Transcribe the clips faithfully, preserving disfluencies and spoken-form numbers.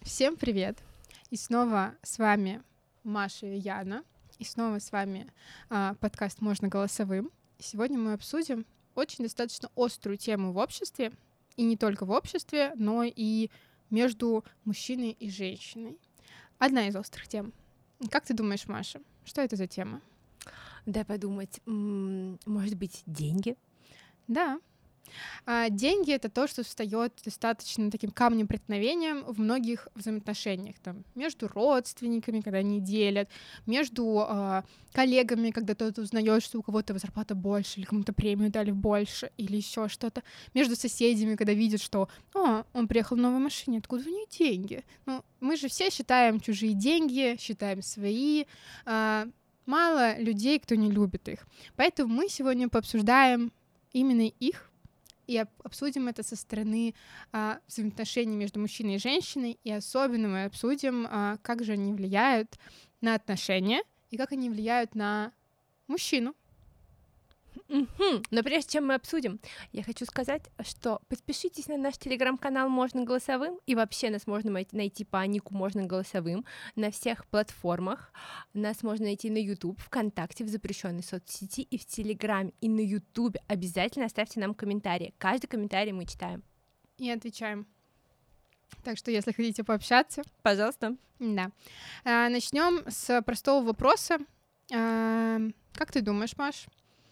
Всем привет! И снова с вами Маша и Яна. И снова с вами а, подкаст «Можно голосовым». И сегодня мы обсудим очень достаточно острую тему в обществе. И не только в обществе, но и между мужчиной и женщиной. Одна из острых тем. Как ты думаешь, Маша, что это за тема? Дай подумать. М, Может быть, деньги? Да. А, деньги — это то, что встает достаточно таким камнем преткновением в многих взаимоотношениях. Там, между родственниками, когда они делят, между а, коллегами, когда кто-то узнает, что у кого-то зарплата больше, или кому-то премию дали больше, или еще что-то. Между соседями, когда видят, что «О, он приехал в новой машине, откуда у него деньги?» Ну, мы же все считаем чужие деньги, считаем свои. А, мало людей, кто не любит их. Поэтому мы сегодня пообсуждаем именно их, и обсудим это со стороны а, взаимоотношений между мужчиной и женщиной, и особенно мы обсудим, а, как же они влияют на отношения и как они влияют на мужчину. Мгм. Но прежде чем мы обсудим, я хочу сказать, что подпишитесь на наш телеграм-канал «Можно голосовым», и вообще нас можно мой- найти по нику «Можно голосовым» на всех платформах. Нас можно найти на YouTube, ВКонтакте, в запрещенной соцсети и в Телеграме, и на YouTube. Обязательно оставьте нам комментарии. Каждый комментарий мы читаем. И отвечаем. Так что, если хотите пообщаться, Пожалуйста. да. А, начнем с простого вопроса. А, как ты думаешь, Маш,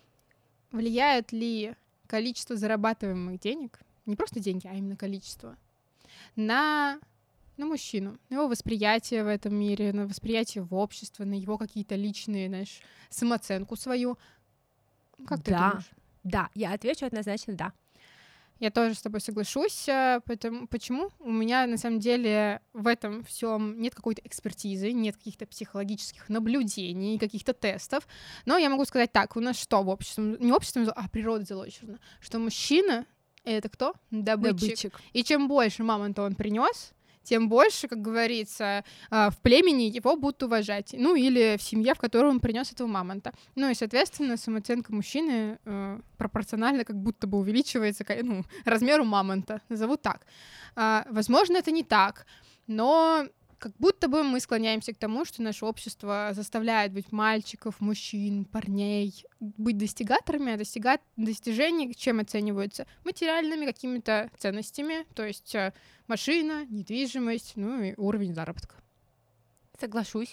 влияет ли количество зарабатываемых денег, не просто деньги, а именно количество, на, на мужчину, на его восприятие в этом мире, на восприятие в обществе, на его какие-то личные, знаешь, самооценку свою? Как ты Да. думаешь? Да, я отвечу однозначно «да». Я тоже с тобой соглашусь. а, Потому, почему? У меня, на самом деле, в этом всем нет какой-то экспертизы, нет каких-то психологических наблюдений, каких-то тестов. Но я могу сказать так, у нас что в обществе? Не общество, а природа заложена. Что мужчина — это кто? Добытчик. Добытчик. И чем больше мамонта он принес, тем больше, как говорится, а, в племени его будут уважать. Ну, или в семье, в которой он принес этого мамонта. Ну, и, соответственно, самооценка мужчины э, пропорционально как будто бы увеличивается к, ну, размеру мамонта. Назову так. А, возможно, это не так, но как будто бы мы склоняемся к тому, что наше общество заставляет быть мальчиков, мужчин, парней, быть достигаторами, а достига... достижения чем оцениваются? Материальными какими-то ценностями, то есть э, машина, недвижимость, ну и уровень заработка. Соглашусь.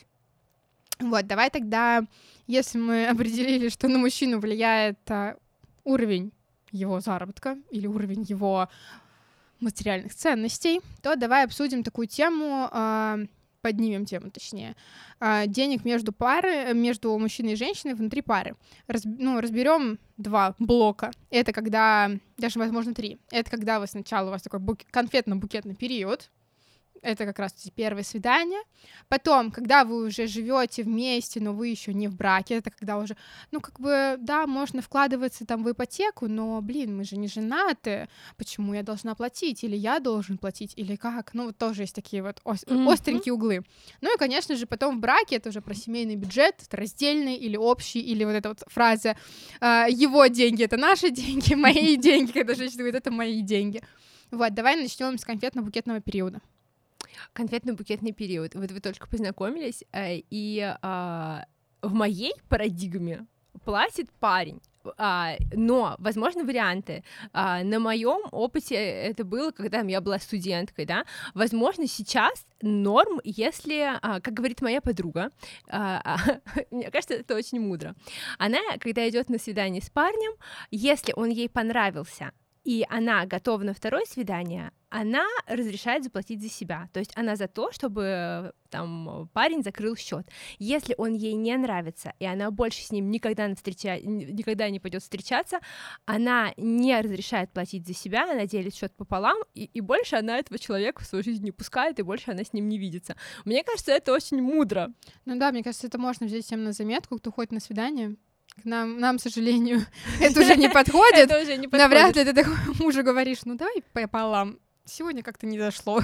Вот, давай тогда, если мы определили, что на мужчину влияет а, уровень его заработка или уровень его материальных ценностей, то давай обсудим такую тему, а, поднимем тему, точнее, а, денег между пары, между мужчиной и женщиной внутри пары. Раз, ну, разберем два блока. Это когда, даже, возможно, три. Это когда вы сначала, у вас такой бук... конфетно-букетный период, это как раз первое свидание. Потом, когда вы уже живете вместе, но вы еще не в браке, это когда уже, ну, как бы, да, можно вкладываться там в ипотеку, но, блин, мы же не женаты, почему я должна платить? Или я должен платить? Или как? Ну, вот тоже есть такие вот ос- Mm-hmm. остренькие углы. Ну и, конечно же, потом в браке это уже про семейный бюджет, это раздельный или общий, или вот эта вот фраза э, «его деньги — это наши деньги, мои деньги», когда женщина говорит «это мои деньги». Вот, давай начнем с конфетно-букетного периода. Конфетно-букетный период. Вот вы только познакомились, э, и э, в моей парадигме платит парень. А, но, возможно, варианты. А, на моем опыте это было, когда я была студенткой, да. Возможно, сейчас норм, если, а, как говорит моя подруга, а, а, мне кажется, это очень мудро. Она, когда идет на свидание с парнем, если он ей понравился, и она готова на второе свидание, она разрешает заплатить за себя. То есть она за то, чтобы там парень закрыл счет. Если он ей не нравится, и она больше с ним никогда не, встреча... никогда не пойдет встречаться, она не разрешает платить за себя, она делит счет пополам, и, и больше она этого человека в свою жизнь не пускает, и больше она с ним не видится. Мне кажется, это очень мудро. Ну да, мне кажется, это можно взять всем на заметку, кто ходит на свидание. К нам, нам, к сожалению, это уже не подходит. Это уже не подходит. Навряд ли ты такой мужу говоришь, ну давай пополам. Сегодня как-то не дошло.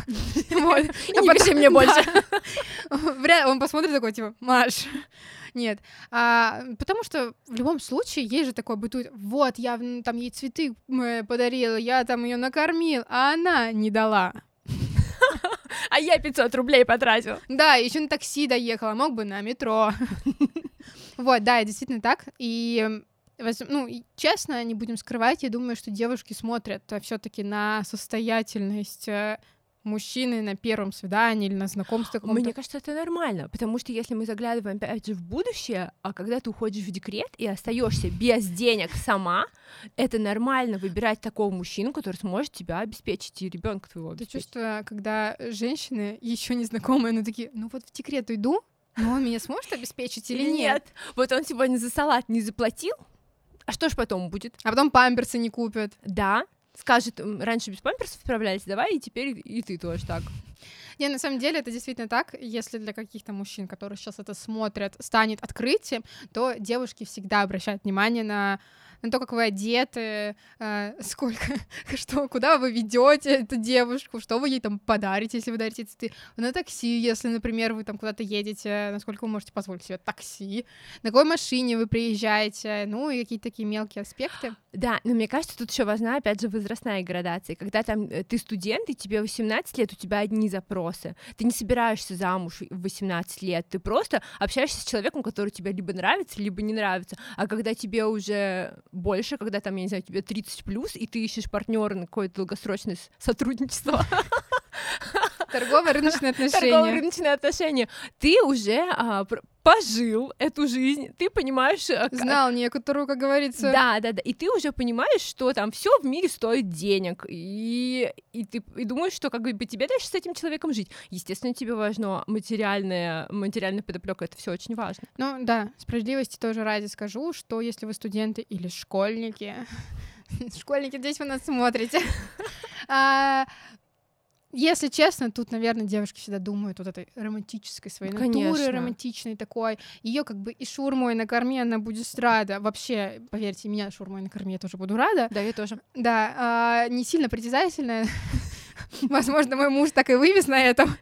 Не пиши мне больше. Он посмотрит такой, типа, Маш, нет. Потому что в любом случае есть же такое бытует, вот, я там ей цветы подарила, я там ее накормил, а она не дала. А я пятьсот рублей потратил. Да, еще на такси доехала, мог бы на метро. Вот, да, действительно так. И, ну, честно, не будем скрывать, я думаю, что девушки смотрят все-таки на состоятельность мужчины на первом свидании или на знакомстве каком-то. Мне кажется, это нормально, потому что если мы заглядываем, опять же, в будущее, а когда ты уходишь в декрет и остаешься без денег сама, это нормально выбирать такого мужчину, который сможет тебя обеспечить и ребенка твоего обеспечить. Ты чувствуешь, когда женщины еще не знакомые, они такие, ну вот в декрет уйду, но он меня сможет обеспечить или нет? Нет. Вот он сегодня за салат не заплатил, а что ж потом будет? А потом памперсы не купят. Да. Скажет, раньше без памперсов справлялись, давай и теперь и ты тоже так. Не, на самом деле это действительно так. Если для каких-то мужчин, которые сейчас это смотрят, станет открытием, то девушки всегда обращают внимание на, на то, как вы одеты, э, сколько, что, куда вы ведете эту девушку, что вы ей там подарите, если вы дарите цветы, на такси, если, например, вы там куда-то едете, насколько вы можете позволить себе такси, на какой машине вы приезжаете, ну и какие-то такие мелкие аспекты. Да, но мне кажется, тут еще важна, опять же, возрастная градация. Когда там ты студент, и тебе восемнадцать лет, у тебя одни запросы. Ты не собираешься замуж в восемнадцать лет, ты просто общаешься с человеком, который тебе либо нравится, либо не нравится. А когда тебе уже больше, когда там, я не знаю, тебе тридцать плюс, и ты ищешь партнера на какое-то долгосрочное сотрудничество, торгово-рыночные отношения. Торгово-рыночные отношения. Ты уже а, пожил эту жизнь, ты понимаешь... Знал некоторую, как говорится. Да, да, да. И ты уже понимаешь, что там все в мире стоит денег. И, и ты и думаешь, что как бы тебе дальше с этим человеком жить. Естественно, тебе важно материальная, материальная подоплека. Это все очень важно. Ну да, справедливости тоже ради скажу, что если вы студенты или школьники, школьники, здесь вы нас смотрите, если честно, тут, наверное, девушки всегда думают вот этой романтической своей Конечно. натуры, романтичной такой. Ее как бы и шурмой на корме она будет рада. Вообще, поверьте, меня шурмой на корме я тоже буду рада. Да, я тоже. Да, а, не сильно притязательная. Возможно, мой муж так и вывез на этом.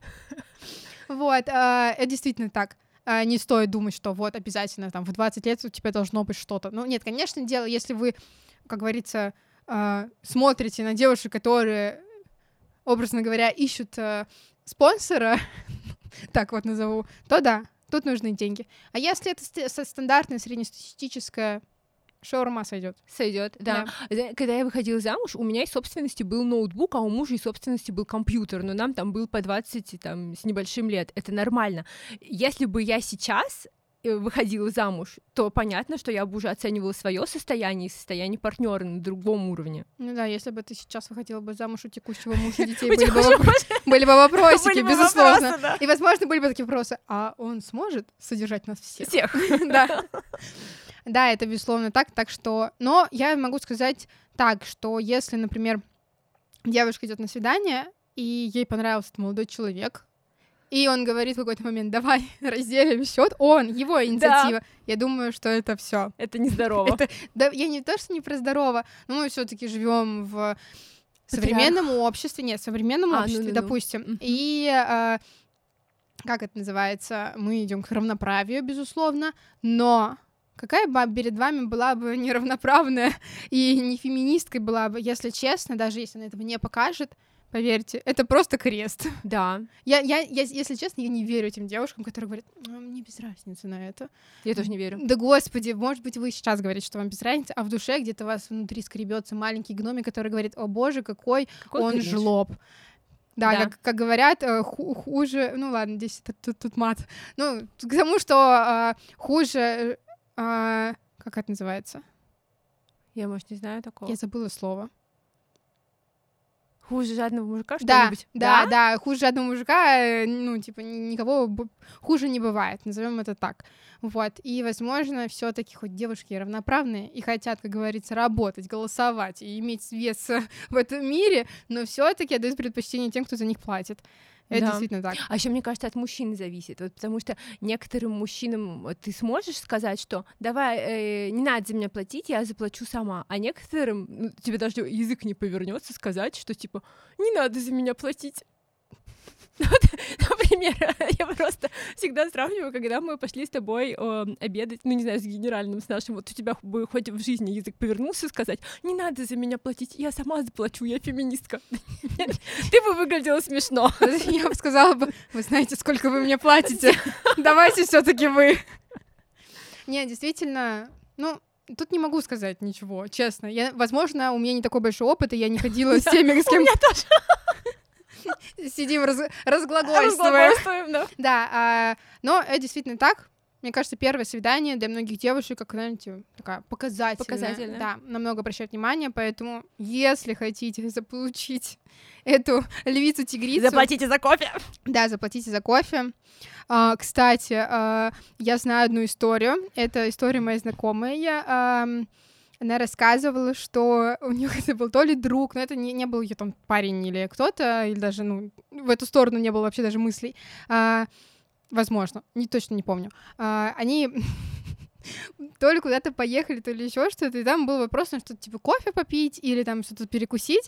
Вот, это действительно так. Не стоит думать, что вот обязательно там в двадцать лет у тебя должно быть что-то. Ну нет, конечно, дело, если вы, как говорится, смотрите на девушек, которые, образно говоря, ищут э, спонсора, так вот назову, то да, тут нужны деньги. А если это ст- стандартная среднестатистическая, шаурма сойдет. Сойдет, да. да. Когда я выходила замуж, у меня из собственности был ноутбук, а у мужа из собственности был компьютер, но нам там был по двадцать там, с небольшим лет. Это нормально. Если бы я сейчас выходила замуж, то понятно, что я бы уже оценивала свое состояние и состояние партнера на другом уровне. Ну да, если бы ты сейчас выходила бы замуж у текущего мужа, детей были бы вопросики, безусловно. И, возможно, были бы такие вопросы: а он сможет содержать нас всех? Всех. Да. Да, это безусловно так, так что... Но я могу сказать так, что если, например, девушка идет на свидание, и ей понравился этот молодой человек, и он говорит в какой-то момент: давай разделим счет, он, его инициатива. Да. Я думаю, что это все. Это нездорово. Это, да, я не то, что не про здорово, но мы все-таки живем в современном Патриарх. обществе, нет, в современном а, обществе, ну, ну, допустим. Ну. И а, как это называется? Мы идем к равноправию, безусловно, но какая бы перед вами была бы неравноправная и не феминисткой была бы, если честно, даже если она этого не покажет, поверьте, это просто крест. Да. Я, я, я, если честно, я не верю этим девушкам, которые говорят: мне без разницы на это. Я тоже не верю. Да господи, может быть, вы сейчас говорите, что вам без разницы, а в душе где-то у вас внутри скребется маленький гномик, который говорит: о боже, какой, какой он кринж. Жлоб. Да, да. Как, как говорят, ху- хуже... Ну ладно, здесь тут, тут, тут мат. Ну, к тому, что а, хуже... А, как это называется? Я, может, не знаю такого. Я забыла слово. Хуже жадного мужика, что-нибудь? Да, да, да, хуже жадного мужика, ну, типа, никого б... хуже не бывает, назовем это так. Вот, и, возможно, все таки хоть девушки равноправные и хотят, как говорится, работать, голосовать и иметь вес в этом мире, но все таки отдают предпочтение тем, кто за них платит. Это да. действительно так. А еще, мне кажется, от мужчин зависит, вот, потому что некоторым мужчинам ты сможешь сказать, что давай, э, не надо за меня платить, я заплачу сама, а некоторым, ну, тебе даже язык не повернется сказать, что типа не надо за меня платить. Вот, например, пример. Я просто всегда сравниваю, когда мы пошли с тобой э, обедать, ну, не знаю, с генеральным, с нашим, вот у тебя бы хоть в жизни язык повернулся сказать, не надо за меня платить, я сама заплачу, я феминистка. Ты бы выглядела смешно. Я бы сказала бы, вы знаете, сколько вы мне платите, давайте все таки вы. Не, действительно, ну, тут не могу сказать ничего, честно. Я, возможно, у меня не такой большой опыт, и я не ходила с теми, с кем... У меня тоже. Сидим, раз, разглагольствуем. Разглагольствуем, да. Да, а, но это действительно так. Мне кажется, первое свидание для многих девушек, как, знаете, такая показательная. Показательная. Да, намного обращать внимание, поэтому если хотите заполучить эту львицу-тигрицу... Заплатите за кофе. Да, заплатите за кофе. А, кстати, а, я знаю одну историю. Это история моей знакомой. А, она рассказывала, что у нее это был то ли друг, но это не, не был ее там парень или кто-то, или даже, ну, в эту сторону не было вообще даже мыслей. А, возможно, не, точно не помню. А, они то ли куда-то поехали, то ли еще что-то, и там был вопрос, на что-то типа кофе попить или там что-то перекусить.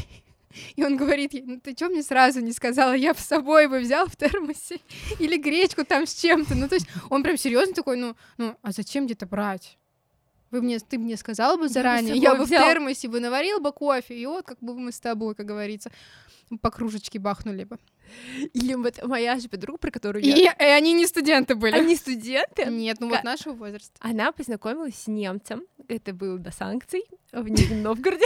И он говорит ей, ну ты чё мне сразу не сказала, я бы с собой бы взял в термосе или гречку там с чем-то. Ну то есть он прям серьезно такой, ну, ну а зачем где-то брать? Вы мне, ты мне сказала бы заранее, я бы в термосе бы наварил бы кофе, и вот как бы мы с тобой, как говорится, по кружечке бахнули бы. Или вот моя же подруга, про которую и, я... И они не студенты были. Они студенты? Нет, ну вот нашего возраста. Она познакомилась с немцем, это было до санкций, в Нижнем Новгороде,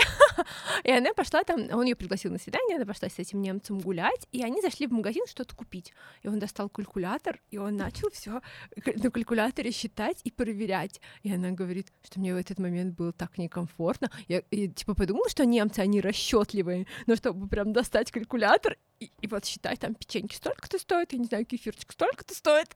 и она пошла там, он ее пригласил на свидание, она пошла с этим немцем гулять, и они зашли в магазин что-то купить, и он достал калькулятор, и он начал все на калькуляторе считать и проверять, и она говорит, что мне в этот момент было так некомфортно, я, я типа подумала, что немцы, они расчетливые, но чтобы прям достать калькулятор и, и вот считать, там печеньки столько-то стоит, я не знаю, кефирчик столько-то стоит.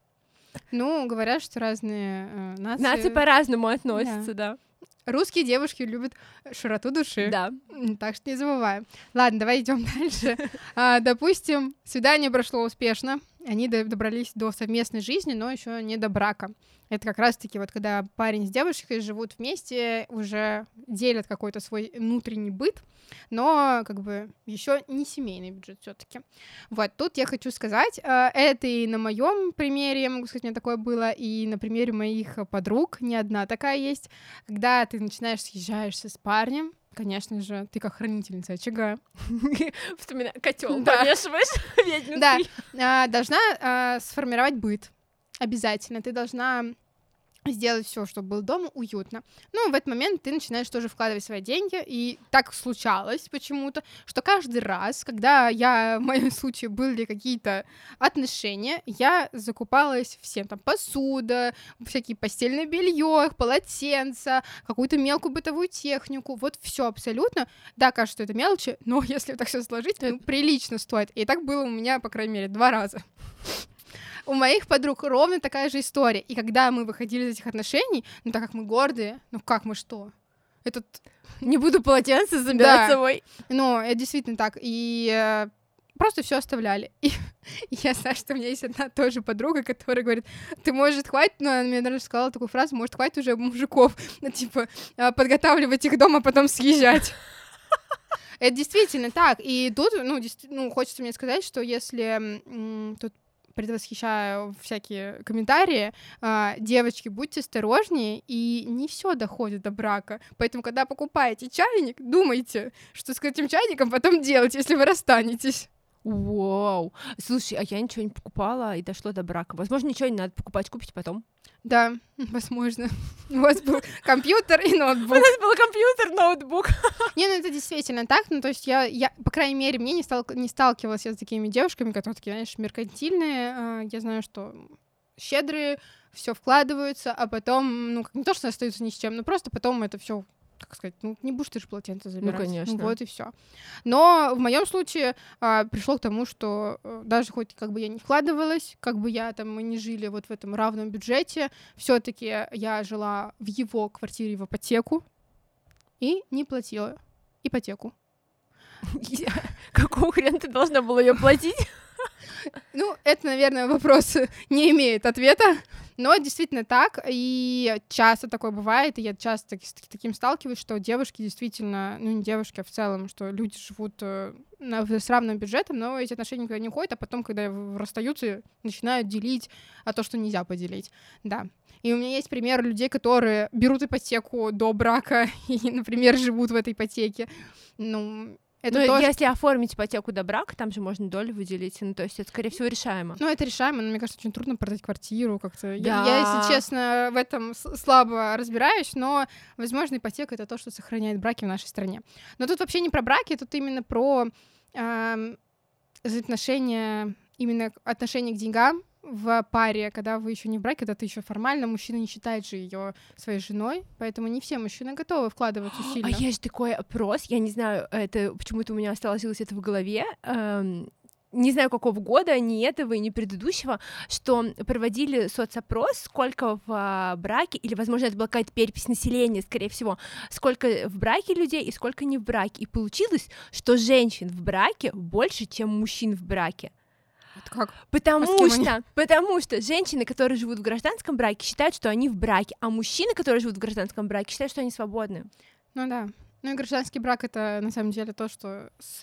Ну, говорят, что разные э, нации... Нации по-разному относятся, да. да. Русские девушки любят широту души. Да. Так что не забываем. Ладно, давай идем дальше. А, допустим, свидание прошло успешно. Они добрались до совместной жизни, но еще не до брака. Это как раз-таки вот когда парень с девушкой живут вместе, уже делят какой-то свой внутренний быт, но как бы еще не семейный бюджет все-таки. Вот тут я хочу сказать, это и на моем примере, я могу сказать, у меня такое было, и на примере моих подруг не одна такая есть, когда ты начинаешь съезжаешься с парнем. Конечно же, ты как хранительница очага. Вспоминаю, котел помешиваешь, ведьминский. Да, должна сформировать быт. Обязательно. Ты должна сделать все, чтобы было дома уютно. Ну, в этот момент ты начинаешь тоже вкладывать свои деньги, и так случалось почему-то, что каждый раз, когда я, в моем случае, были какие-то отношения, я закупалась всем, там, посуда, всякие постельное белье, полотенца, какую-то мелкую бытовую технику, вот все абсолютно. Да, кажется, что это мелочи, но если так все сложить, ну, прилично стоит. И так было у меня, по крайней мере, два раза. У моих подруг ровно такая же история. И когда мы выходили из этих отношений, ну, так как мы гордые, ну, как мы что? Этот... Не буду полотенце забирать да. собой. Ну, это действительно так. И э, просто все оставляли. И я знаю, что у меня есть одна тоже подруга, которая говорит, ты, может, хватит, ну, она мне даже сказала такую фразу, может, хватит уже мужиков, ну, типа, подготавливать их дома, а потом съезжать. Это действительно так. И тут, ну, ну, хочется мне сказать, что если м, тут предвосхищаю всякие комментарии, а, девочки, будьте осторожнее, и не все доходит до брака. Поэтому, когда покупаете чайник, думайте, что с этим чайником потом делать, если вы расстанетесь. Вау. Слушай, а я ничего не покупала, и дошло до брака. Возможно, ничего не надо покупать, купить потом. Да, возможно. У вас был компьютер и ноутбук. У нас был компьютер, ноутбук. Не, ну это действительно так. Ну, то есть я, я по крайней мере, мне не, стал, не сталкивалась я с такими девушками, которые такие, знаешь, меркантильные. Я знаю, что щедрые, все вкладываются, а потом, ну, не то, что остаются ни с чем, но просто потом это все, как сказать, ну, не будешь ты же полотенце забирать. Ну, конечно. Ну, вот и все. Но в моем случае а, пришло к тому, что а, даже хоть как бы я не вкладывалась, как бы я там, мы не жили вот в этом равном бюджете, все-таки я жила в его квартире в ипотеку и не платила ипотеку. Какого хрена ты должна была ее платить? Ну, это, наверное, вопрос не имеет ответа, но действительно так, и часто такое бывает, и я часто с таким сталкиваюсь, что девушки действительно, ну, не девушки, а в целом, что люди живут э, на, с равным бюджетом, но эти отношения никуда не уходят, а потом, когда расстаются, начинают делить, а то, что нельзя поделить, да. И у меня есть пример людей, которые берут ипотеку до брака и, например, живут в этой ипотеке. Ну, это Но тоже... если оформить ипотеку до брака, там же можно долю выделить, ну, то есть это, скорее всего, решаемо. Ну, это решаемо, но мне кажется, очень трудно продать квартиру как-то. Да. Я, я, если честно, в этом слабо разбираюсь, но, возможно, ипотека — это то, что сохраняет браки в нашей стране. Но тут вообще не про браки, тут именно про э, отношения, именно отношение к деньгам в паре, когда вы еще не в браке, когда ты еще формально, мужчина не считает же ее своей женой, поэтому не все мужчины готовы вкладываться сильно. А есть такой опрос, я не знаю, это почему-то у меня сложилось это в голове, эм, не знаю, какого года, ни этого и ни предыдущего, что проводили соцопрос, сколько в браке, или, возможно, это была какая-то перепись населения, скорее всего, сколько в браке людей и сколько не в браке, и получилось, что женщин в браке больше, чем мужчин в браке. Как? Потому а что, потому что женщины, которые живут в гражданском браке, считают, что они в браке, а мужчины, которые живут в гражданском браке, считают, что они свободны. Ну да. Ну и гражданский брак — это на самом деле то, что с,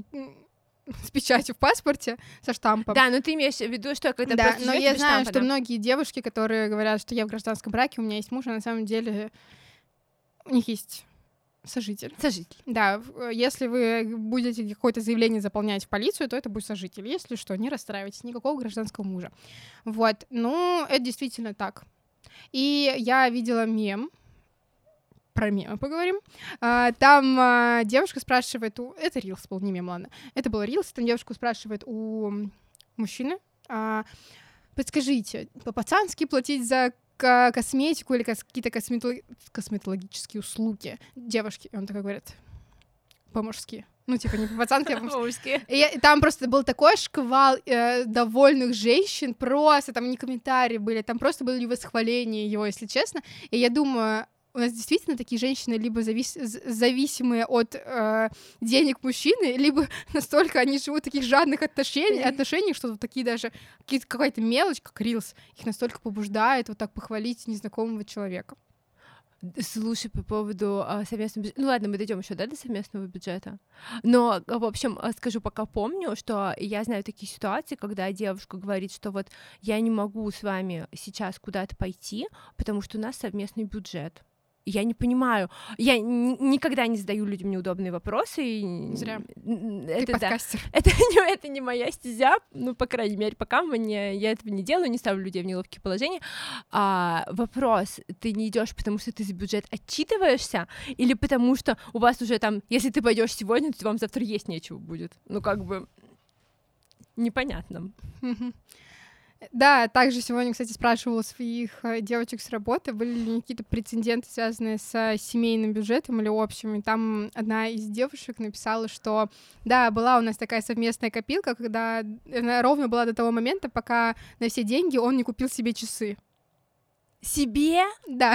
с печатью в паспорте, со штампом. Да, но ты имеешь в виду, что когда да, просто но живёшь я без знаю, штампа, что да? многие девушки, которые говорят, что я в гражданском браке, у меня есть муж, а на самом деле у них есть сожитель. Сожитель. Да, если вы будете какое-то заявление заполнять в полицию, то это будет сожитель. Если что, не расстраивайтесь, никакого гражданского мужа. Вот, ну, это действительно так. И я видела мем, про мемы поговорим. А, там а, девушка спрашивает у... Это рилс был, не мем, ладно. Это был рилс, там девушка спрашивает у мужчины, а, подскажите, по-пацански платить за косметику или какие-то косметолог... косметологические услуги девушки. И он такой говорит, по-мужски. Ну, типа, не по-пацански, а по-мужски. И, и там просто был такой шквал э, довольных женщин, просто там не комментарии были, там просто были восхваления его, если честно. И я думаю, у нас действительно такие женщины либо завис... зависимые от э, денег мужчины, либо настолько они живут в таких жадных отношениях, отношениях, что вот такие даже какая-то мелочь, как рилс, их настолько побуждает вот так похвалить незнакомого человека. Слушай, по поводу а, совместного бюджета... Ну ладно, мы дойдем еще, да, до совместного бюджета. Но, в общем, скажу, пока помню, что я знаю такие ситуации, когда девушка говорит, что вот я не могу с вами сейчас куда-то пойти, потому что у нас совместный бюджет. Я не понимаю. Я н- никогда не задаю людям неудобные вопросы. И... Зря. Это, Ты подкастер. Да, это, не, это не моя стезя, ну, по крайней мере, пока мне, я этого не делаю, не ставлю людей в неловкие положения. А, вопрос, ты не идешь, потому что ты за бюджет отчитываешься, или потому что у вас уже там, если ты пойдешь сегодня, то вам завтра есть нечего будет. Ну, как бы непонятно. Да, также сегодня, кстати, спрашивала своих э, девочек с работы, были ли какие-то прецеденты, связанные с э, семейным бюджетом или общим. И там одна из девушек написала, что да, была у нас такая совместная копилка, когда она ровно была до того момента, пока на все деньги он не купил себе часы. Себе? Да.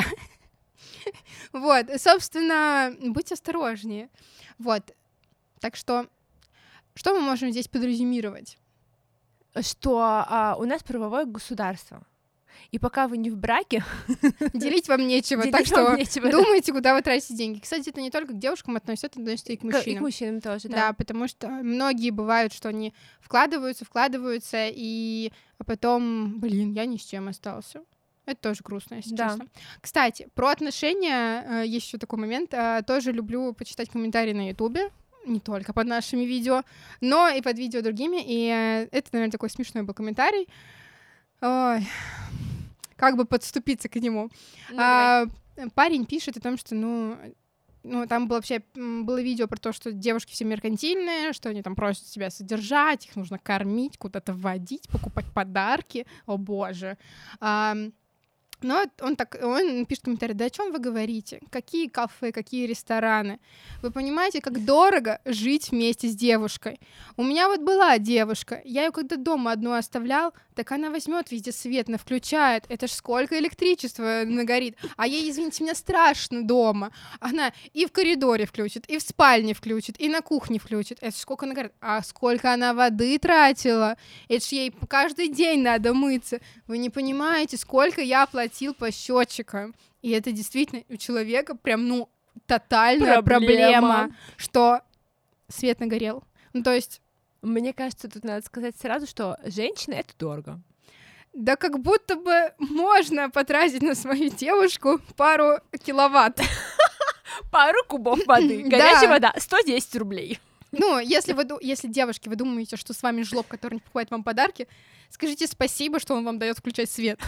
Вот, собственно, будьте осторожнее. Вот, так что, что мы можем здесь подразумевать? Что а, у нас правовое государство. И пока вы не в браке... Делить вам нечего, Делить так что нечего, думайте, да. Куда вы тратите деньги. Кстати, это не только к девушкам относится, это относится и к мужчинам. И к мужчинам тоже, да. Да, потому что многие бывают, что они вкладываются, вкладываются, и потом, блин, я ни с чем остался. Это тоже грустно, если да. честно. Кстати, про отношения э, есть еще такой момент. Э, тоже люблю почитать комментарии на Ютубе. Не только под нашими видео, но и под видео другими. И э, это, наверное, такой смешной был комментарий. Ой, как бы подступиться к нему. Ну, а, парень пишет о том, что, ну, ну, там было вообще было видео про то, что девушки все меркантильные, что они там просят себя содержать, их нужно кормить, куда-то водить, покупать подарки. О боже. А, Но он так, он пишет комментарий: да о чем вы говорите? Какие кафе, какие рестораны? Вы понимаете, как дорого жить вместе с девушкой? У меня вот была девушка, я ее когда дома одну оставлял, так она возьмет везде свет, на включает. Это ж сколько электричества нагорит. А ей, извините меня, страшно дома. Она и в коридоре включит, и в спальне включит, и на кухне включит. Это ж сколько нагорит. А сколько она воды тратила? Это ж ей каждый день надо мыться. Вы не понимаете, сколько я платил по счетчикам. И это действительно у человека прям, ну, тотальная проблема, проблема что свет нагорел. Ну, то есть... Мне кажется, тут надо сказать сразу, что женщины — это дорого. Да как будто бы можно потратить на свою девушку пару киловатт. Пару кубов воды. Горячая вода — сто десять рублей. Ну, если вы, если, девушки, вы думаете, что с вами жлоб, который не покупает вам подарки, скажите спасибо, что он вам дает включать свет.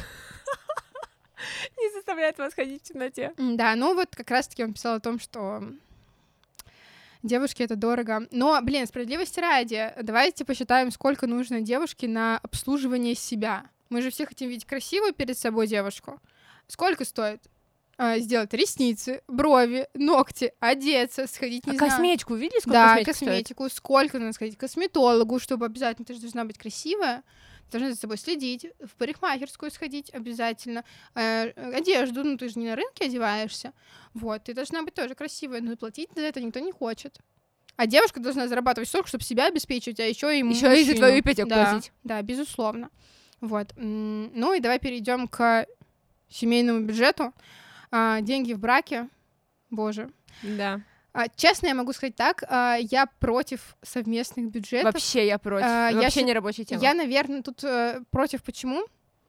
Не заставляет вас ходить в темноте. Да, ну вот как раз-таки он писал о том, что девушке это дорого. Но, блин, справедливости ради, давайте посчитаем, сколько нужно девушке на обслуживание себя. Мы же все хотим видеть красивую перед собой девушку. Сколько стоит а, сделать ресницы, брови, ногти, одеться, сходить, не а знаю... косметику видели, сколько да, косметики косметику, стоит? Сколько надо сходить к косметологу, чтобы обязательно, ты же должна быть красивая, должна за собой следить, в парикмахерскую сходить обязательно, э, одежду, ну ты же не на рынке одеваешься, вот, ты должна быть тоже красивая, но платить за это никто не хочет. А девушка должна зарабатывать столько, чтобы себя обеспечивать, а еще и мужчину. Еще и за твою ипотеку да, платить. Да, безусловно. Вот. Ну и давай перейдем к семейному бюджету. А, деньги в браке, боже. Да. А, честно, я могу сказать так, а, я против совместных бюджетов. Вообще я против. А, Вообще я, не рабочая тема. Я, наверное, тут а, против. Почему?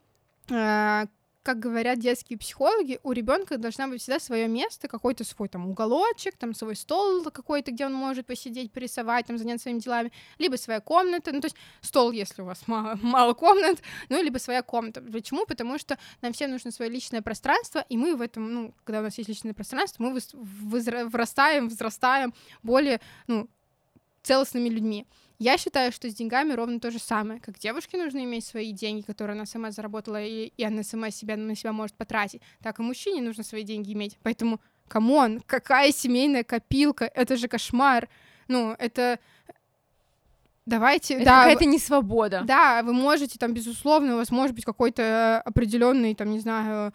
А, как говорят детские психологи, у ребенка должна быть всегда свое место, какой-то свой там уголочек, там свой стол какой-то, где он может посидеть, порисовать, там заняться своими делами, либо своя комната, ну то есть стол, если у вас мало, мало комнат, ну либо своя комната. Почему? Потому что нам всем нужно свое личное пространство, и мы в этом, ну, когда у нас есть личное пространство, мы вырастаем, взрастаем более, ну, целостными людьми. Я считаю, что с деньгами ровно то же самое. Как девушке нужно иметь свои деньги, которые она сама заработала, и, и она сама себя, на себя может потратить, так и мужчине нужно свои деньги иметь. Поэтому, камон, какая семейная копилка? Это же кошмар. Ну, это... Давайте... Это да, какая-то несвобода. Да, вы можете, там, безусловно, у вас может быть какой-то определенный, там, не знаю,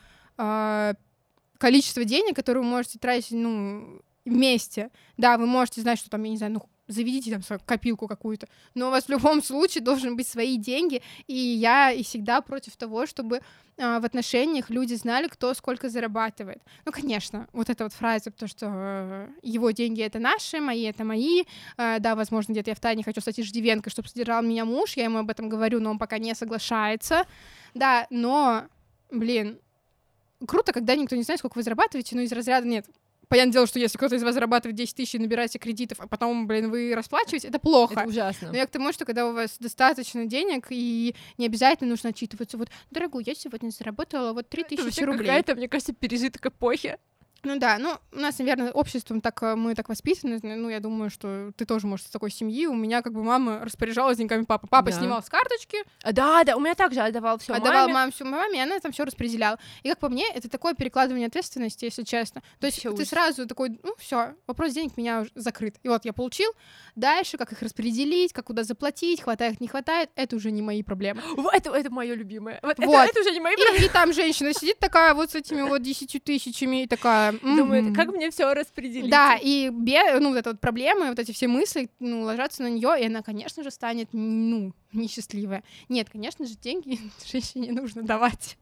количество денег, которые вы можете тратить, ну, вместе. Да, вы можете знать, что там, я не знаю, ну, заведите там свою копилку какую-то, но у вас в любом случае должны быть свои деньги, и я и всегда против того, чтобы э, в отношениях люди знали, кто сколько зарабатывает. Ну, конечно, вот эта вот фраза, то, что э, его деньги — это наши, мои — это мои, э, да, возможно, где-то я втайне хочу стать иждивенкой, чтобы содержал меня муж, я ему об этом говорю, но он пока не соглашается, да, но, блин, круто, когда никто не знает, сколько вы зарабатываете, но из разряда нет. Понятное дело, что если кто-то из вас зарабатывает десять тысяч и набираете кредитов, а потом, блин, вы расплачиваете, это плохо. Это ужасно. Но я к тому, что когда у вас достаточно денег, и не обязательно нужно отчитываться, вот, дорогую, я сегодня заработала вот три тысячи рублей. Какая-то, мне кажется, пережиток эпохи. Ну да, ну, у нас, наверное, обществом так, мы так воспитаны, ну, я думаю, что ты тоже, может, с такой семьи. У меня, как бы, мама распоряжалась деньгами папы. Папа да. снимал с карточки. А, да, да, у меня также отдавал все маме. Отдавал маме всю маме, и она там все распределяла. И, как по мне, это такое перекладывание ответственности, если честно. То есть Всё ты ужас. сразу такой, ну, все, вопрос денег у меня уже закрыт. И вот я получил. Дальше, как их распределить, как куда заплатить, хватает, не хватает, это уже не мои проблемы. Это, это мое любимое. Вот, вот. Это, это уже не мои проблемы. И, и там женщина сидит такая вот с этими вот десятью тысячами, и такая... Думает, как мне все распределить. Да, и бе, ну, вот эта вот проблема, вот эти все мысли, ну, ложатся на нее, и она, конечно же, станет, ну, несчастливая. Нет, конечно же, деньги женщине нужно давать.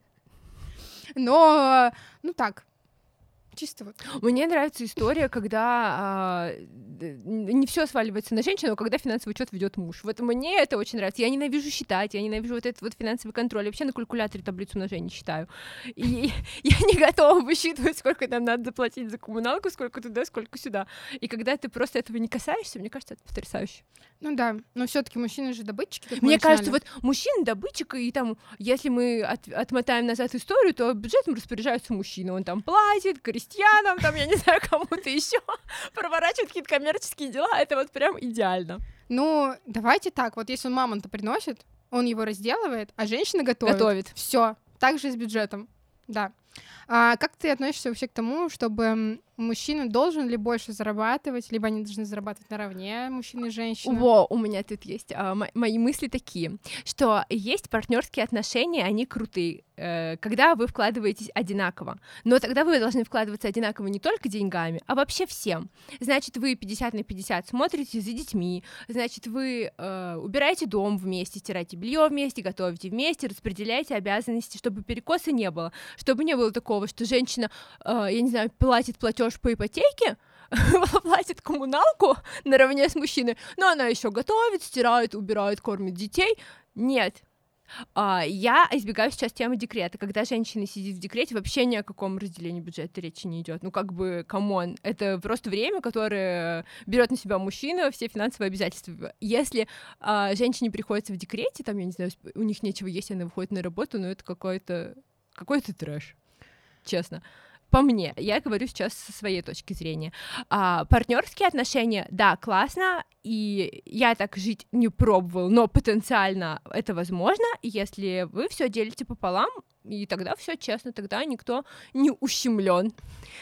Но, ну так, чисто вот. Мне нравится история, когда а, не все сваливается на женщину, а когда финансовый учет ведет муж. Вот мне это очень нравится. Я ненавижу считать, я ненавижу вот этот вот финансовый контроль. Я вообще на калькуляторе таблицу умножения считаю. И я не готова высчитывать, сколько там надо заплатить за коммуналку, сколько туда, сколько сюда. И когда ты просто этого не касаешься, мне кажется, это потрясающе. Ну да, но все-таки мужчины же добытчики. Мне кажется, вот мужчина добытчик, и там, если мы от, отмотаем назад историю, то бюджетом распоряжаются мужчины. Он там платит крестьянам, там, я не знаю, кому-то еще проворачивает какие-то коммерческие дела. Это вот прям идеально. Ну, давайте так, вот если он мамонта приносит, он его разделывает, а женщина готовит. Готовит. Все, так же и с бюджетом. Да. А как ты относишься вообще к тому, чтобы мужчина должен ли больше зарабатывать, либо они должны зарабатывать наравне, мужчины и женщины? Во, у меня тут есть а, мо- мои мысли такие, что есть партнерские отношения, они крутые, э, когда вы вкладываетесь одинаково, но тогда вы должны вкладываться одинаково не только деньгами, а вообще всем. Значит, вы пятьдесят на пятьдесят смотрите за детьми, значит, вы э, убираете дом вместе, стираете белье вместе, готовите вместе, распределяете обязанности, чтобы перекоса не было, чтобы не было такого, что женщина, э, я не знаю, платит платеж по ипотеке, платит коммуналку наравне с мужчиной, но она еще готовит, стирает, убирает, кормит детей. Нет. А, я избегаю сейчас темы декрета. Когда женщина сидит в декрете, вообще ни о каком разделении бюджета речи не идет. Ну, как бы, камон, это просто время, которое берет на себя мужчина, все финансовые обязательства. Если а, женщине приходится в декрете, там, я не знаю, у них нечего есть, она выходит на работу, но это какой-то какой-то трэш, честно. По мне, я говорю сейчас со своей точки зрения. А, партнерские отношения, да, классно, и я так жить не пробовала, но потенциально это возможно, если вы все делите пополам, и тогда все честно, тогда никто не ущемлен.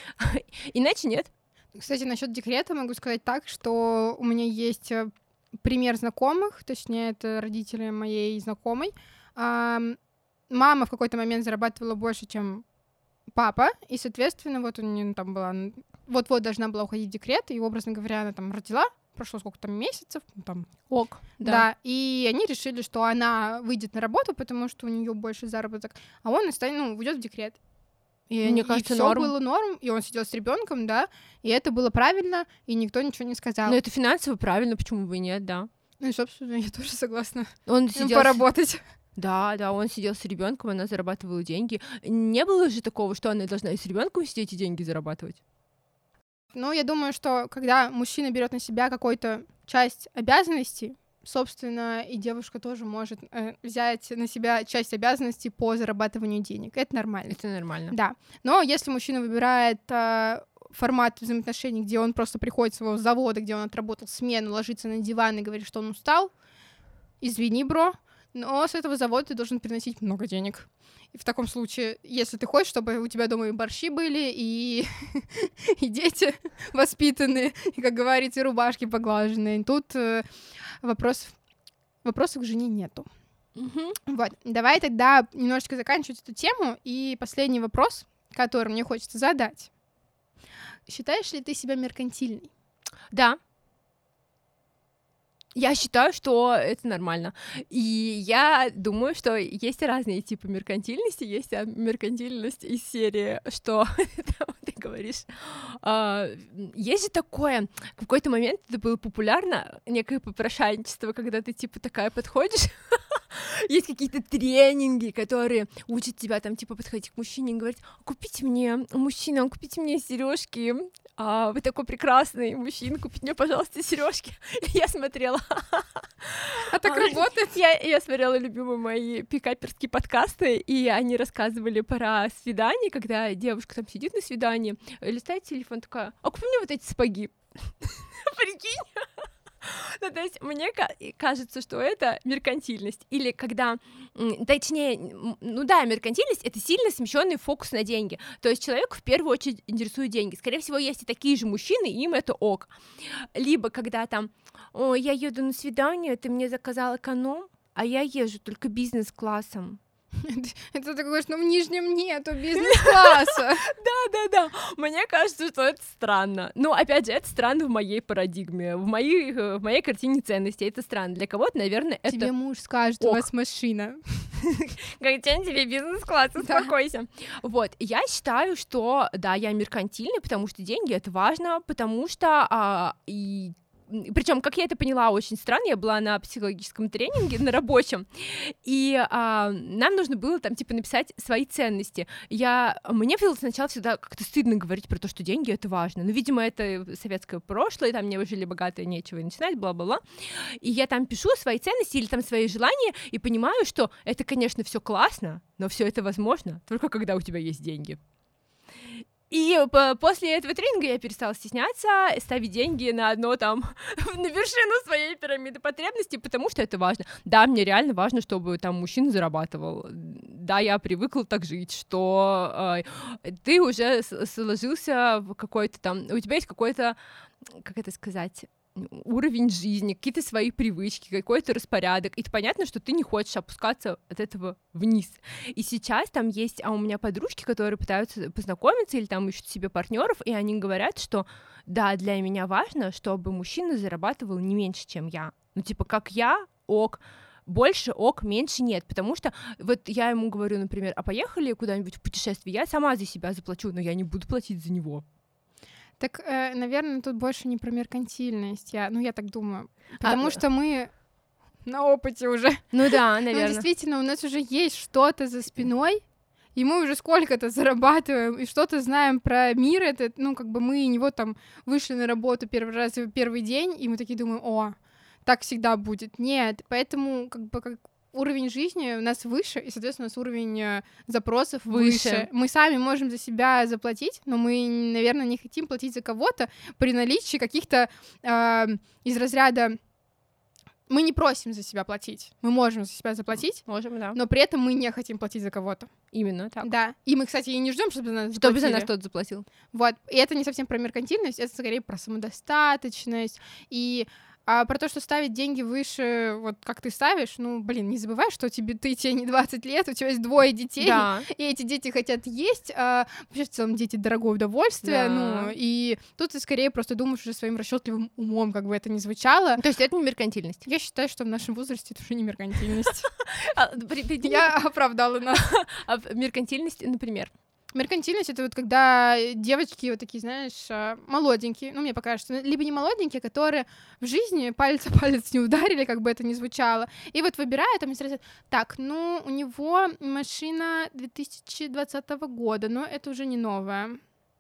Иначе нет. Кстати, насчет декрета могу сказать так, что у меня есть пример знакомых, точнее, это родители моей знакомой. А, мама в какой-то момент зарабатывала больше, чем папа, и, соответственно, вот у нее там была, вот-вот должна была уходить в декрет, и, образно говоря, она там родила, прошло сколько там месяцев, там, ок, да. да, и они решили, что она выйдет на работу, потому что у нее больше заработок, а он останется, ну, уйдет в декрет. И, Мне кажется, и все норм. было норм, и он сидел с ребенком, да, и это было правильно, и никто ничего не сказал. Но это финансово правильно, почему бы и нет, да. Ну и, собственно, я тоже согласна. Он Им сидел поработать. С... Да, да, он сидел с ребенком, она зарабатывала деньги. Не было же такого, что она должна и с ребенком сидеть и деньги зарабатывать. Ну, я думаю, что когда мужчина берет на себя какую-то часть обязанностей, собственно, и девушка тоже может э, взять на себя часть обязанностей по зарабатыванию денег. Это нормально. Это нормально. Да. Но если мужчина выбирает э, формат взаимоотношений, где он просто приходит с своего завода, где он отработал смену, ложится на диван и говорит, что он устал, извини, бро, но с этого завода ты должен приносить много денег. И в таком случае, если ты хочешь, чтобы у тебя дома и борщи были, и, и дети воспитанные, и, как говорится, и рубашки поглаженные, тут э, вопросов, вопросов к жене нету. Mm-hmm. Вот, давай тогда немножечко заканчивать эту тему. И последний вопрос, который мне хочется задать. Считаешь ли ты себя меркантильной? Да. Я считаю, что это нормально. И я думаю, что есть разные типы меркантильности. Есть меркантильность из серии, что ты говоришь. Есть же такое, в какой-то момент это было популярно, некое попрошайничество, когда ты типа такая подходишь. Есть какие-то тренинги, которые учат тебя там типа подходить к мужчине и говорить: купите мне, мужчина, купите мне сережки. А, вы такой прекрасный мужчина, купите мне, пожалуйста, сережки. Я смотрела. А так работает? Я, я смотрела любимые мои пикаперские подкасты, и они рассказывали про свидание, когда девушка там сидит на свидании, листает телефон, такая: а купи мне вот эти сапоги. Прикинь? Ну, то есть мне кажется, что это меркантильность. Или когда, точнее, ну да, меркантильность — это сильно смещенный фокус на деньги. То есть человеку в первую очередь интересуют деньги. Скорее всего, есть и такие же мужчины, и им это ок. Либо когда там: о, я еду на свидание, ты мне заказал эконом, а я езжу только бизнес-классом. Это ты говоришь, ну в нижнем нету бизнес-класса. Да-да-да, мне кажется, что это странно. Но, опять же, это странно в моей парадигме, в моей, в моей картине ценностей. Это странно. Для кого-то, наверное, это... Тебе муж скажет, у вас машина. Какой тебе бизнес-класс, успокойся. Вот, я считаю, что, да, я меркантильная, потому что деньги — это важно, потому что и... Причем, как я это поняла, очень странно, я была на психологическом тренинге, на рабочем, и а, нам нужно было там, типа, написать свои ценности. Я... Мне было сначала всегда как-то стыдно говорить про то, что деньги — это важно. Ну, видимо, это советское прошлое, там не жили богатые, нечего и начинать, бла-бла-бла. И я там пишу свои ценности или там свои желания, и понимаю, что это, конечно, все классно, но все это возможно только когда у тебя есть деньги. И после этого тренинга я перестала стесняться ставить деньги на одно там, на вершину своей пирамиды потребностей, потому что это важно. Да, мне реально важно, чтобы там мужчина зарабатывал. Да, я привыкла так жить, что э, ты уже сложился в какой-то там, у тебя есть какой-то, как это сказать, уровень жизни, какие-то свои привычки, какой-то распорядок, и понятно, что ты не хочешь опускаться от этого вниз. И сейчас там есть, а у меня подружки, которые пытаются познакомиться или там ищут себе партнеров, и они говорят, что да, для меня важно, чтобы мужчина зарабатывал не меньше, чем я. Ну, типа, как я, ок, больше ок, меньше нет, потому что вот я ему говорю, например, а поехали куда-нибудь в путешествие, я сама за себя заплачу, но я не буду платить за него. Так, э, наверное, тут больше не про меркантильность, я, ну, я так думаю, потому а, что мы на опыте уже. Ну да, наверное. Ну, действительно, у нас уже есть что-то за спиной, и мы уже сколько-то зарабатываем, и что-то знаем про мир, это, ну, как бы мы не вот там вышли на работу первый раз в первый день, и мы такие думаем, о, так всегда будет. Нет, поэтому, как бы, как уровень жизни у нас выше, и, соответственно, у нас уровень э, запросов выше. выше. Мы сами можем за себя заплатить, но мы, наверное, не хотим платить за кого-то при наличии каких-то э, из разряда мы не просим за себя платить, мы можем за себя заплатить, можем, да, но при этом мы не хотим платить за кого-то. Именно так. Да, и мы, кстати, и не ждем, чтобы за нас чтобы заплатили. за нас кто-то заплатил. Вот, и это не совсем про меркантильность, это скорее про самодостаточность и А про то, что ставить деньги выше, вот как ты ставишь, ну, блин, не забывай, что тебе, ты, тебе не двадцать лет, у тебя есть двое детей, да. и эти дети хотят есть, а вообще в целом дети дорогое удовольствие, да. ну, и тут ты скорее просто думаешь уже своим расчетливым умом, как бы это ни звучало. То есть это не меркантильность? Я считаю, что в нашем возрасте это уже не меркантильность. Я Я оправдала нас. А меркантильность, например? Меркантильность — это вот когда девочки вот такие, знаешь, молоденькие, ну, мне покажется, либо не молоденькие, которые в жизни палец о палец не ударили, как бы это ни звучало, и вот выбирают, там, и сразу, так, ну, у него машина две тысячи двадцатого года, но это уже не новая.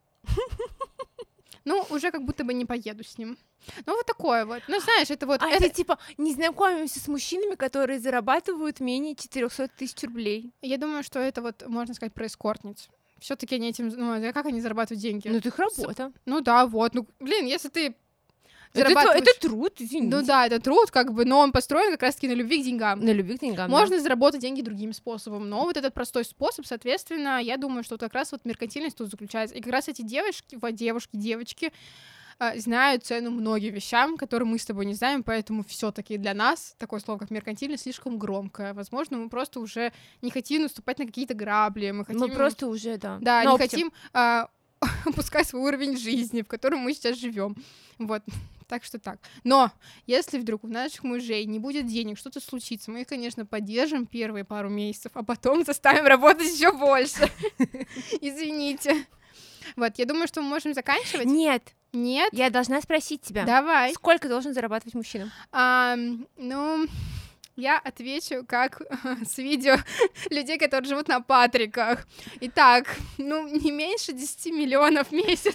Ну, уже как будто бы не поеду с ним. Ну, вот такое вот. Ну, знаешь, это вот... А это, это, типа, не знакомимся с мужчинами, которые зарабатывают менее четыреста тысяч рублей. Я думаю, что это вот, можно сказать, про эскортниц. Все-таки они этим, ну, а как они зарабатывают деньги? Ну, это их работа. Ну да, вот. Ну, блин, если ты это, зарабатываешь... это труд, извините. Ну да, это труд, как бы, но он построен как раз-таки на любви к деньгам. На любви к деньгам, Можно да. заработать деньги другим способом, но вот этот простой способ, соответственно, я думаю, что вот как раз вот меркантильность тут заключается. И как раз эти девушки, вот девушки, девочки, знают цену многим вещам, которые мы с тобой не знаем, поэтому все-таки для нас такое слово, как меркантильность, слишком громкое. Возможно, мы просто уже не хотим наступать на какие-то грабли, мы хотим... Мы просто уже, да. Да, на не опыте. хотим а, опускать свой уровень жизни, в котором мы сейчас живем. Вот, так что так. Но если вдруг у наших мужей не будет денег, что-то случится, мы их, конечно, поддержим первые пару месяцев, а потом заставим работать еще больше. Извините. Вот, я думаю, что мы можем заканчивать. Нет. Нет? Я должна спросить тебя. Давай. Сколько должен зарабатывать мужчина? А, ну, я отвечу как с видео людей, которые живут на Патриках. Итак, ну, не меньше десять миллионов в месяц.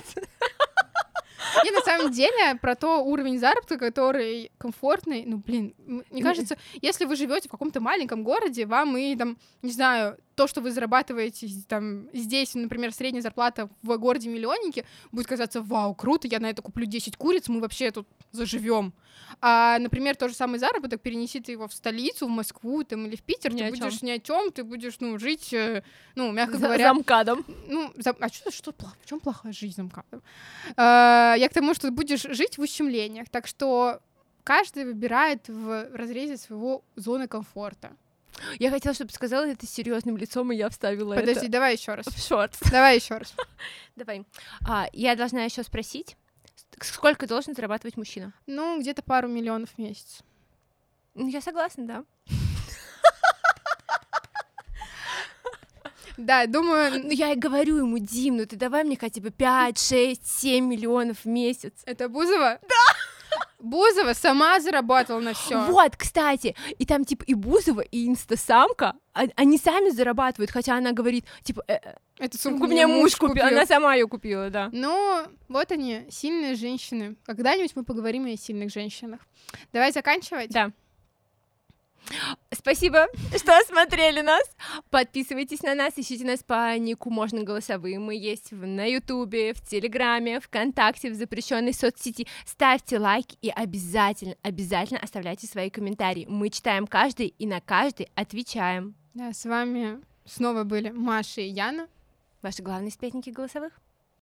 И на самом деле про то уровень заработка, который комфортный, ну, блин, мне кажется, если вы живете в каком-то маленьком городе, вам и там, не знаю, то, что вы зарабатываете там здесь, например, средняя зарплата в городе-миллионнике, будет казаться, вау, круто, я на это куплю десять куриц, мы вообще тут заживем. А, например, тот же самый заработок, перенеси ты его в столицу, в Москву там, или в Питер, ни ты будешь ни о чем, ты будешь, ну, жить, ну, мягко За- говоря... замкадом. Ну, за... а что, что плохо? В чем плохая жизнь замкадом? А, я к тому, что ты будешь жить в ущемлениях, так что каждый выбирает в разрезе своего зоны комфорта. Я хотела, чтобы ты сказала это с серьезным лицом, и я вставила Подожди, это. давай еще раз. В шорт. Давай еще раз. Давай. А, я должна еще спросить, сколько должен зарабатывать мужчина? Ну, где-то пару миллионов в месяц. Ну, я согласна, да. Да, думаю... Ну, я и говорю ему, Дим, ну ты давай мне хотя бы пять, шесть, семь миллионов в месяц. Это Бузова? Да! Бузова сама заработала на все. Вот, кстати, и там, типа, и Бузова, и инстасамка, а- они сами зарабатывают, хотя она говорит, типа, э- Эту сумку мне мне муж купил, она сама ее купила, да. Ну, вот они, сильные женщины. Когда-нибудь мы поговорим и о сильных женщинах. Давай заканчивать? Да. Спасибо, что смотрели нас. Подписывайтесь на нас, ищите нас по нику «Можно голосовым». Мы есть на Ютубе, в Телеграме, ВКонтакте, в запрещенной соцсети. Ставьте лайки и обязательно, обязательно оставляйте свои комментарии. Мы читаем каждый и на каждый отвечаем. Да, с вами снова были Маша и Яна. Ваши главные сплетники голосовых.